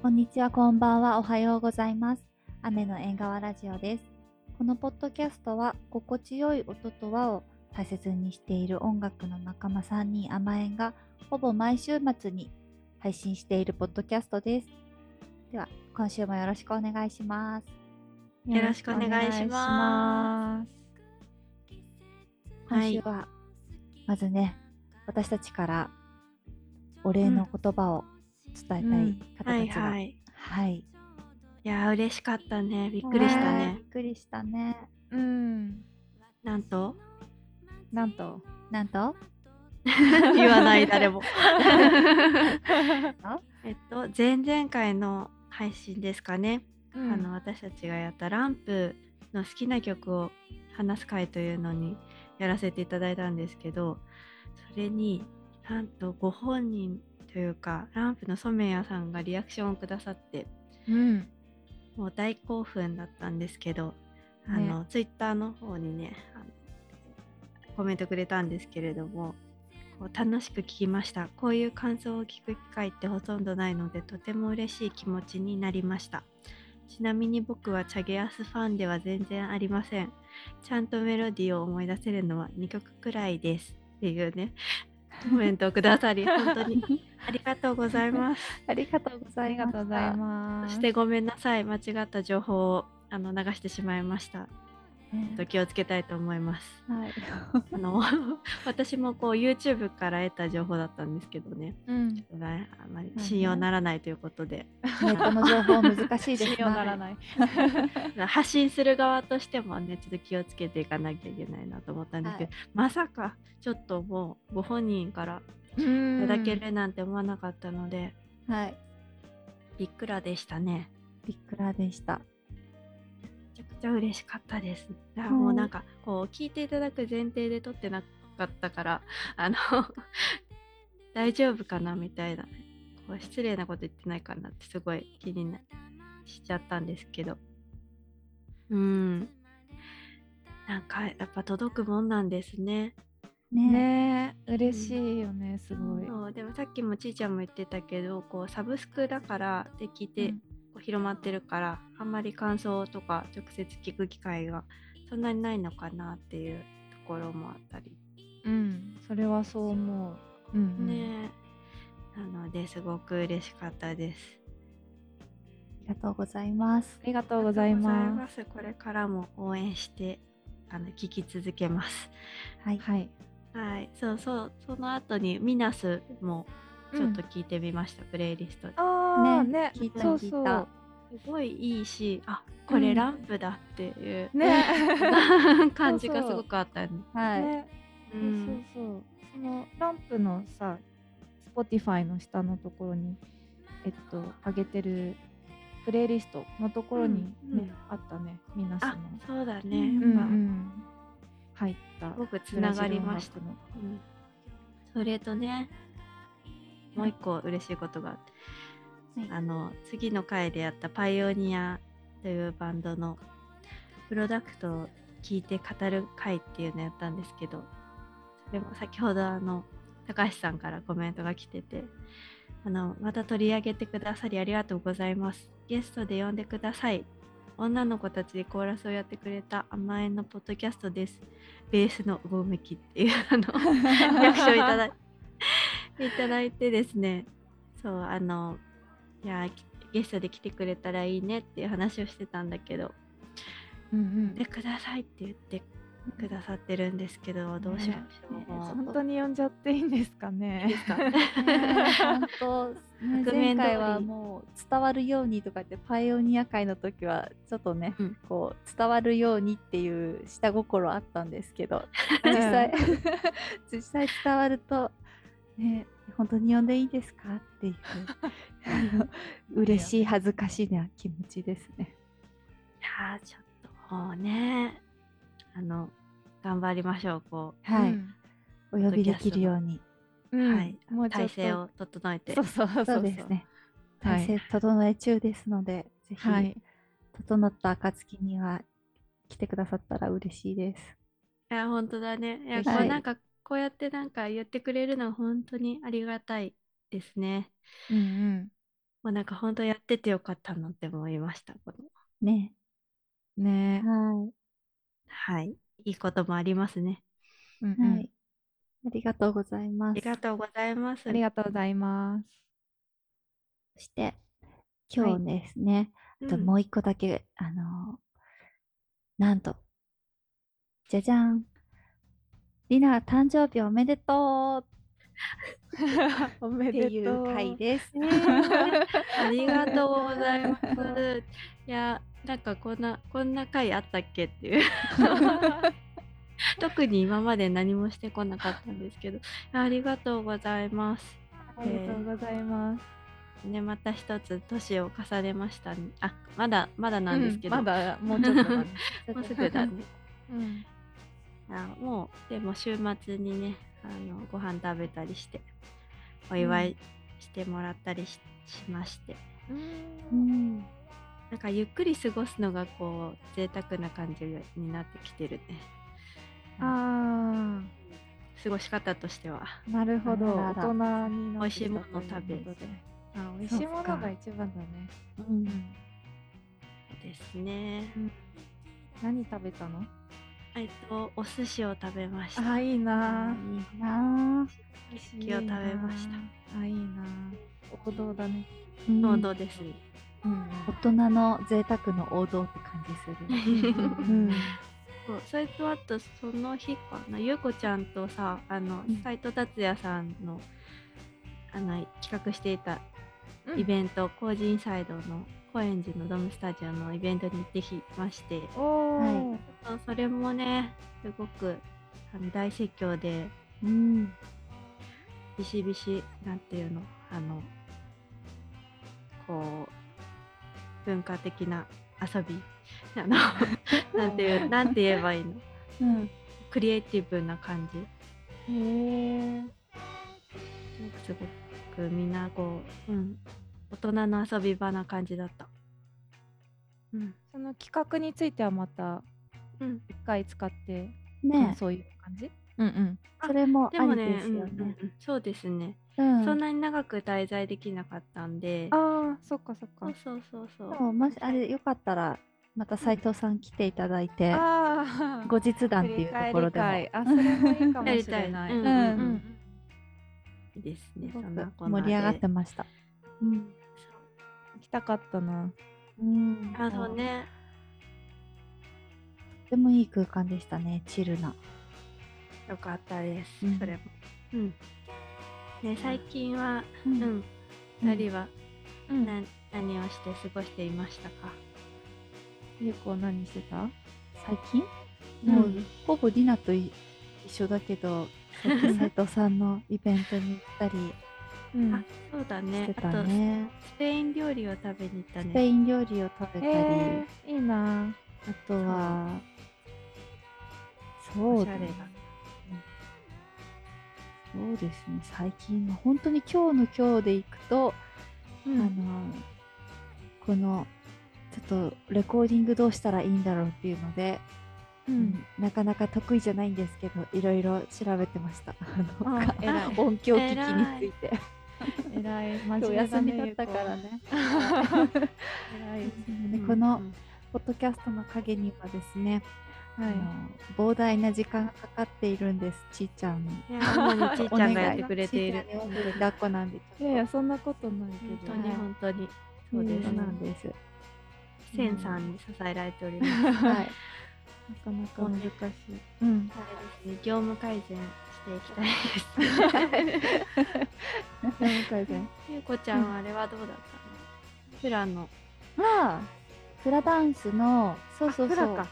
こんにちは、こんばんは、おはようございます。雨の縁側ラジオです。このポッドキャストは、心地よい音と和を大切にしている音楽の仲間3人甘えんが、ほぼ毎週末に配信しているポッドキャストです。では、今週もよろしくお願いします。 よろしくお願いします。 今週は、まずね、私たちからお礼の言葉を伝えたい方たちが、はい。 いや、嬉しかったね。びっくりしたね。 びっくりしたね。 なんと言わない誰も。前々回の配信ですかね。私たちがやったランプの好きな曲を話す会というのにやらせていただいたんですけど、それになんとご本人というかランプの染谷さんがリアクションをくださって、もう大興奮だったんですけど、ツイッターの方にねコメントくれたんですけれども、楽しく聞きました。こういう感想を聞く機会ってほとんどないので、とても嬉しい気持ちになりました。ちなみに僕はチャゲアスファンでは全然ありません。ちゃんとメロディーを思い出せるのは2曲くらいですっていうねコメントをくださり本当にありがとうございます。 ありがとうございます。そしてごめんなさい、間違った情報を流してしまいました。気をつけたいと思います。 はい、 私もYouTube から得た情報だったんですけどね、あまり信用ならないということで、 ネットの情報難しいですね。 信用ならない発信する側としてもね、ちょっと気をつけていかなきゃいけないなと思ったんですけど、まさかちょっともうご本人からいただけるなんて思わなかったので、びっくらでしたね。 びっくらでした。 めちゃくちゃ嬉しかったです。もうなんか聞いていただく前提で撮ってなかったから大丈夫かなみたいな、失礼なこと言ってないかなってすごい気にしちゃったんですけど、なんかやっぱ届くもんなんですね。 ね、嬉しいよね、すごい。 そうでもさっきもちーちゃんも言ってたけど、サブスクだからで聞いて、広まってるからあんまり感想とか直接聞く機会がそんなにないのかなっていうところもあったり、 それはそう思う。 ね、なのですごく嬉しかったです。 ありがとうございます。 ありがとうございます。 これからも応援して聞き続けます。 はいそうそう、その後にミナスもちょっと聞いてみました、プレイリストで。 ね、 聞いた。 すごいいいし、これランプだっていう感じがすごくあったね。 そうそのランプのさ、Spotify の下のところに上げてるプレイリストのところにね、あったね、ミナスの。 そうだね。 入った僕つながりました。それとね、もう一個嬉しいことがあって、次の回でやったパイオニアというバンドのプロダクトを聞いて語る回っていうのやったんですけど、それも先ほど高橋さんからコメントが来てて、また取り上げてくださりありがとうございます。ゲストで呼んでください。女の子たちでコーラスをやってくれた甘えんのポッドキャストです。ベースのうごめきっていうリアクションいただいてですね、そういやゲストで来てくれたらいいねっていう話をしてたんだけど、でくださいって言ってくださってるんですけど、どうしましょう。 本当に呼んじゃっていいんですかね。 本当、前回はもう伝わるようにとかってパイオニア会の時はちょっとね、伝わるようにっていう下心あったんですけど、実際伝わるとね、本当に呼んでいいですかっていう嬉しい恥ずかしいな気持ちですね。 いやちょっともうね、頑張りましょう。 お呼びできるように、 体制を整えて。 そうですね。体制整え中ですので、ぜひ整った暁には来てくださったら嬉しいです。 いや本当だね。いやなんかこうやってなんか言ってくれるのは本当にありがたいですね。 もうなんか本当やっててよかったなって思いました。 ね。 ね。 ははい。いいこともありますね。 い。はい。ありがとうございあます。 りがとうございまあす。 りがとうございます。 そして、 はい。 今日ですね、 うん。 もう一個だけ、なんと、じゃじゃん。リナ、誕生日おめでとうおっめでていう回とう。 です。 ありがとうございます。いや、なんかこんな回あったっけっていう。特に今まで何もしてこなかったんですけど、ありがとうございます。 ありがとうございます。 ね、また一つ年を重ねましたね。あ、まだなんですけど。 まだもうちょっとだね。 もうすぐだね。 うん。 もう、でも週末にね、ご飯食べたりして、お祝いしてもらったりしまして。なんかゆっくり過ごすのがこう、贅沢な感じになってきてるね。 あ過ごし方としては。 あ、なるほど。 あらら大人になってきた美味しいもの食べということで。美味しいものが一番だね。 そうですね。 何食べたの？ お寿司を食べました。 いいな。 いいな。 寿司を食べました。 いいな。王道だね。 王道です。 大人の贅沢の王道って感じする。 それとあとその日かな、ゆうこちゃんとさ、斎藤達也さんの企画していたイベント、コージインサイドの高円寺のドームスタジオのイベントに行ってきまして、 はそれもね、すごく大盛況で、ビシビシ、なんていうの、こう、文化的な遊び、なんて言えばいいの、クリエイティブな感じ。すごくみんなこう、大人の遊び場な感じだった。 その企画についてはまた一回使ってそういう感じ？ それもありですよね。 そうですね。そんなに長く滞在できなかったんで。 そっかそっか。 でももしあれよかったらまた斉藤さん来ていただいて、後日談っていうところでも。 それもいいかもしれない。 いいですね。 盛り上がってました。 行きたかったな。 そうね。 とてもいい空間でしたね、チルな。 よかったです、それも。ね、最近は、2人は何をして過ごしていましたか？ ゆうこ何してた？ 最近もうほぼリナと一緒だけど、斉藤さんのイベントに行ったり。 そうだね。 あとスペイン料理を食べに行ったね。 スペイン料理を食べたり、 いいな。 あとはそうですね、最近は本当に今日の今日でいくと、このちょっとレコーディングどうしたらいいんだろうっていうので、なかなか得意じゃないんですけど、いろいろ調べてました。音響機器について。 えらい、 今日休みだったからね。このポッドキャストの陰にはですね、膨大な時間がかかっているんです、ちーちゃんに。 ちーちゃんがやってくれている。 抱っこなんで。 いやそんなことないけど。 本当に。そうです。 なんです。 センさんに支えられております。 なかなか難しい。 業務改善していきたいです。 業務改善。 ゆうこちゃんはあれはどうだったの？フラの。 フラダンスの、そう。フ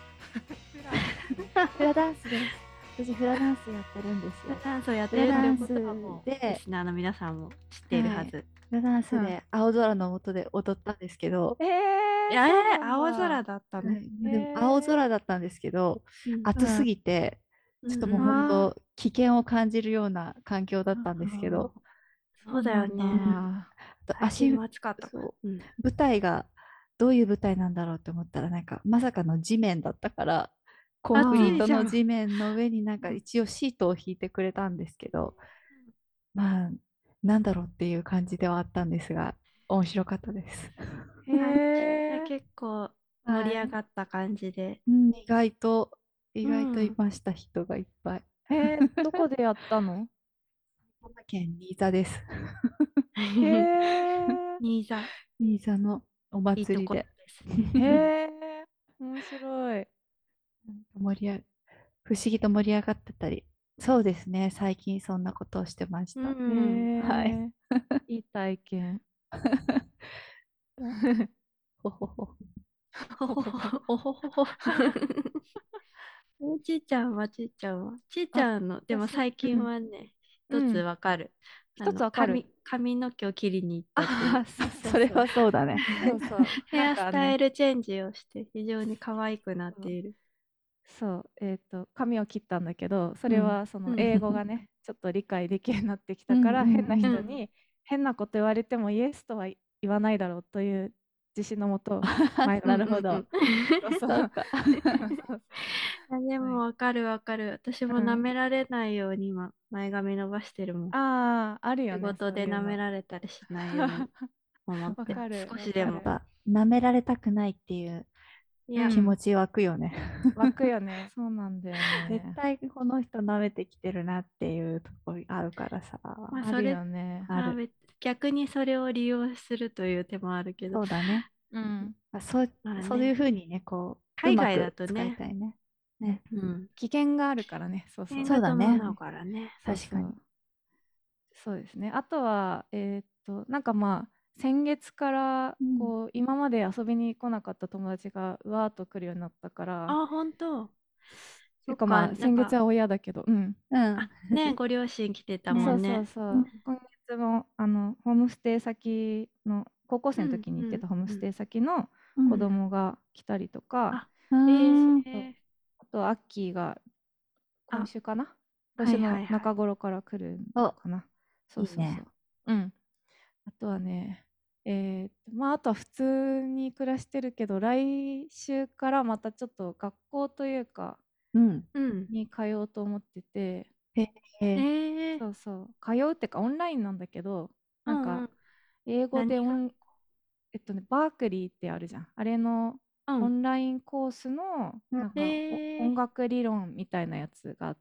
ラダンスです。私フラダンスやってるんですよ。 フラダンスをやってるってことはもうリスナーの皆さんも知っているはず。 フラダンスで青空の下で踊ったんですけど、 青空だったね。 でも青空だったんですけど、暑すぎて、ちょっともう本当危険を感じるような環境だったんですけど、 そうだよね。足も暑かった。 舞台がどういう舞台なんだろうって思ったら、なんかまさかの地面だったから、コンクリートの地面の上になんか一応シートを引いてくれたんですけど、まあなんだろうっていう感じではあったんですが、 面白かったです。 へえ。 結構盛り上はい。 がった感じで。 意外と、意う外といん。 ました、人がいっぱい。 どこでやったの？ 埼玉県新座です。 へえ。 新座、 新座のおいいところ祭りで。 ですね。 へえ。面白い。 盛り上不思議と盛り上がってたり。そうですね。最近そんなことをしてましうた。 ん。 はい。 へえ。いい体験。 ほほほ。 ほほほ、おほほほ。ちいちあ、 ゃんの、でも私、 最近はね、一つうん。 わかる。 一つわかる。 髪の毛を切りに行ったっていう。 ああ、そうそうそう。 それはそうだね。 そうそう。なんヘアスかね、 タイルチェンジをして非常に可愛くなっそう、 ている。 髪を切ったんだけど、そうん。 れはそのうん。 英語がね、ちょっと理解できるようになってきうんうたから、変なんうん。 人に変なこと言われてもイエスとは言わないだろうという自信のもと、前うん髪を。 うんうん。 そうそう。 そうか。 そうそうそう。 あではい。 もわかるわかる。私も舐うん。 められないように今、前髪伸ばしてるもん。 ああ、あるよ仕ね、 事で舐めそういうの。 られたりしないように思って、 わかる、 少しでも。 わかる。 やっぱ、舐められたくないっていういや、 うん。 気持ち湧くよね。 湧くよね。そうなんだよ絶ね。 対この人舐めてきてるなっていうところあるからさ。 まあ、 あるよね。 ある。 逆にそれを利用するという手もあるけど、 そうだね。 うん。 そういうまあね、 ふうにね、こう、う海外だまく使いとね、 たいね。ね。 うん、 危険があるからね。そう危険そう。 そうだね。 伴うからね。 そう確かに。 そう。そうですね。あとは、なんかまあ、先月からうん。 こう今まで遊びに来なかった友達がうわーっと来るようになったから、 あ、本当。そっか、 ていうかまあ先月は親だけど、うん。 うん。 あ、ね、ご両親来てたもね。 そうそうんね。 そう。 うん。 今月もホームステイ先の高校生のうん、 時に行ってうん、うん、 たホームステイ先の子うん。 供が来たりとか、 あ、 うーそうん。 そう。 ー、 あとアッキーが今あ、 週かな、今はい週のはいはい。 中頃から来るお、 かな。そういいね。 そうそう。うん。あとはね、まあ、あとは普通に暮らしてるけど、来週からまたちょっと学校というか、 うん。 うん。 に通おうと思ってて、 へえ。 ええ、 そうそう、通うってかオンラインなんだけど、なんか、 うんうん。 英語何が、 でバークリーってあるじゃん。あれのうん。 オンラインコースの、 うん。 なんか音ええ、 楽理論みたいなやつがあって、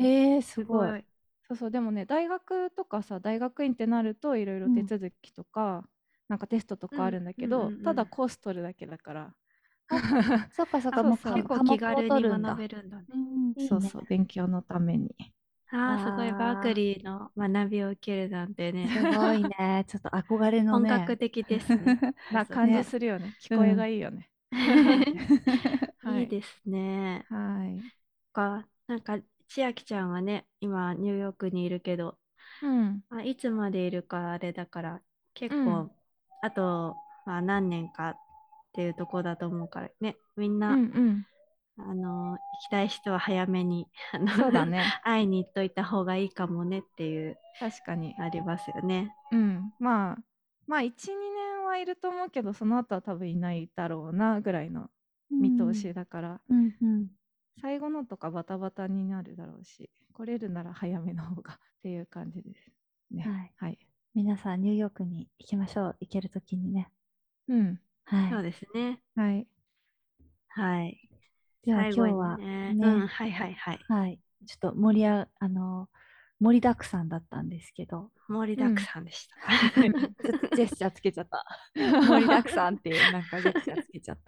へえ、すごい。 すごい。 そうそう、でもね、大学とかさ、大学院ってなるといろいろ手うん。 続きとか、なんかテストとうんかあるんだうんうんうけど、ただん。 コース取るだけだから。 あ、そっかそっか、 あ、 もうそうそう、 結構科目を気軽に取るんだ。 学べるんだね。 うん、いいね。 そうそう、勉強のために。 ああ、すごい。バークわリーの学びを受けるなんてー、 ね。 すごいね。ちょっと憧れの本格ね。 的ですね。さな感じすが。 ね。 するよね。聞こえがうん。 いいよね。 いいね。 はい。 いいですね。 はい。 なんか、千秋ちゃんはね、今、ニューヨークにいるけど、 うん。 まあ、いつまでいるかあれだから、 うん。 結構、あと、まあ、何年かっていうとこだと思うからね、みんな、 うんうん。 行きたい人は早めにそうだね。 会いに行っといた方がいいかもねっていう、 確かに。 ありますよね。 うん。まあ、1、2年はいると思うけど、その後は多分いないだろうな、ぐらいのう見通ん。 しだから、 うんうん。 最後のとかバタバタになるだろうし、来れるなら早めの方がっていう感じですね。 はい。 はい。 皆さん、ニューヨークに行きましょう。行けるときにね。 うん。 そうはい。 ですね。 はい。 はい。 では今最後に日はね、うん、 ね、 はいはいはい。 はい。ちょっと盛りだくさんだったんですけど、 盛りだくうん。 さんでした。 うん。 ちょっとジェスチャーつけちゃった。盛りだくさんっていうなんかジェスチャーつけちゃった。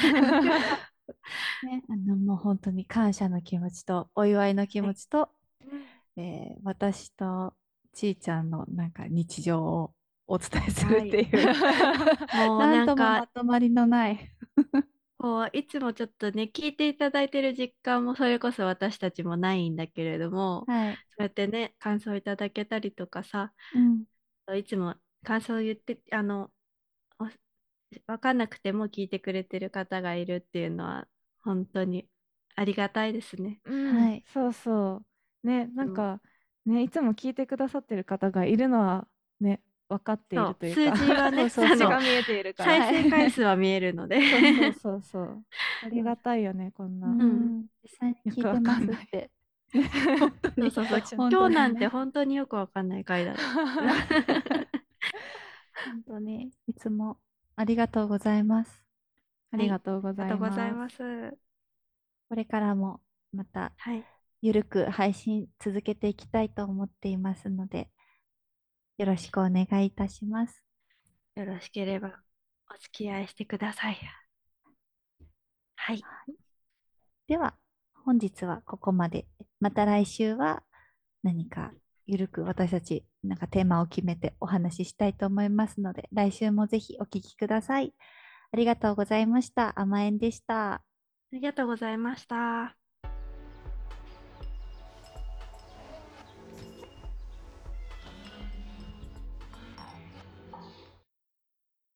ね、もう本当に感謝の気持ちとお祝いの気はい。 持ちと、 うん、 私とちーちゃんのなんか日常をお伝えするはい。 っていうもうなんともなんか、 まとまりのない。 いつもちょっとね、聞いていただいてる実感もそれこそ私たちもないんだけれども、 はい。 そうやってね、感想いただけたりとかさ、 うん。 いつも感想を言って、おわかんなくても聞いてくれてる方がいるっていうのは、本当にありがたいですね。 うん、 はい。 そうそう。ね、 いつも。 なんか、ね、いつも聞いてくださってる方がいるのはね、分かっていそう、数るというか字はそうね、 そうそう。 数字が見えているから。 再はい。 生回数は見えるので。 そうそうそうそう。ありがたいよね、こんうな。 うん。 ん。実際によくわ聞いてまかんない。 すって。 ね。 本当に、 そうそうそう。 こっちの。 本今日なんて当にね。 本当によくわかんない回だった。 本当にいつもありがとうございます。 ありがとうごありがざいとうございます。 ます。 これからもまたはい。 ゆるく配信続けていきたいと思っていますので、よろしくお願いいたします。 よろしければお付き合いしてください。はい。 では、本日はここまで。また来週は何かゆるく私たちなんかテーマを決めてお話ししたいと思いますので、来週もぜひお聞きください。ありがとうございました。甘えんでした。 ありがとうございました。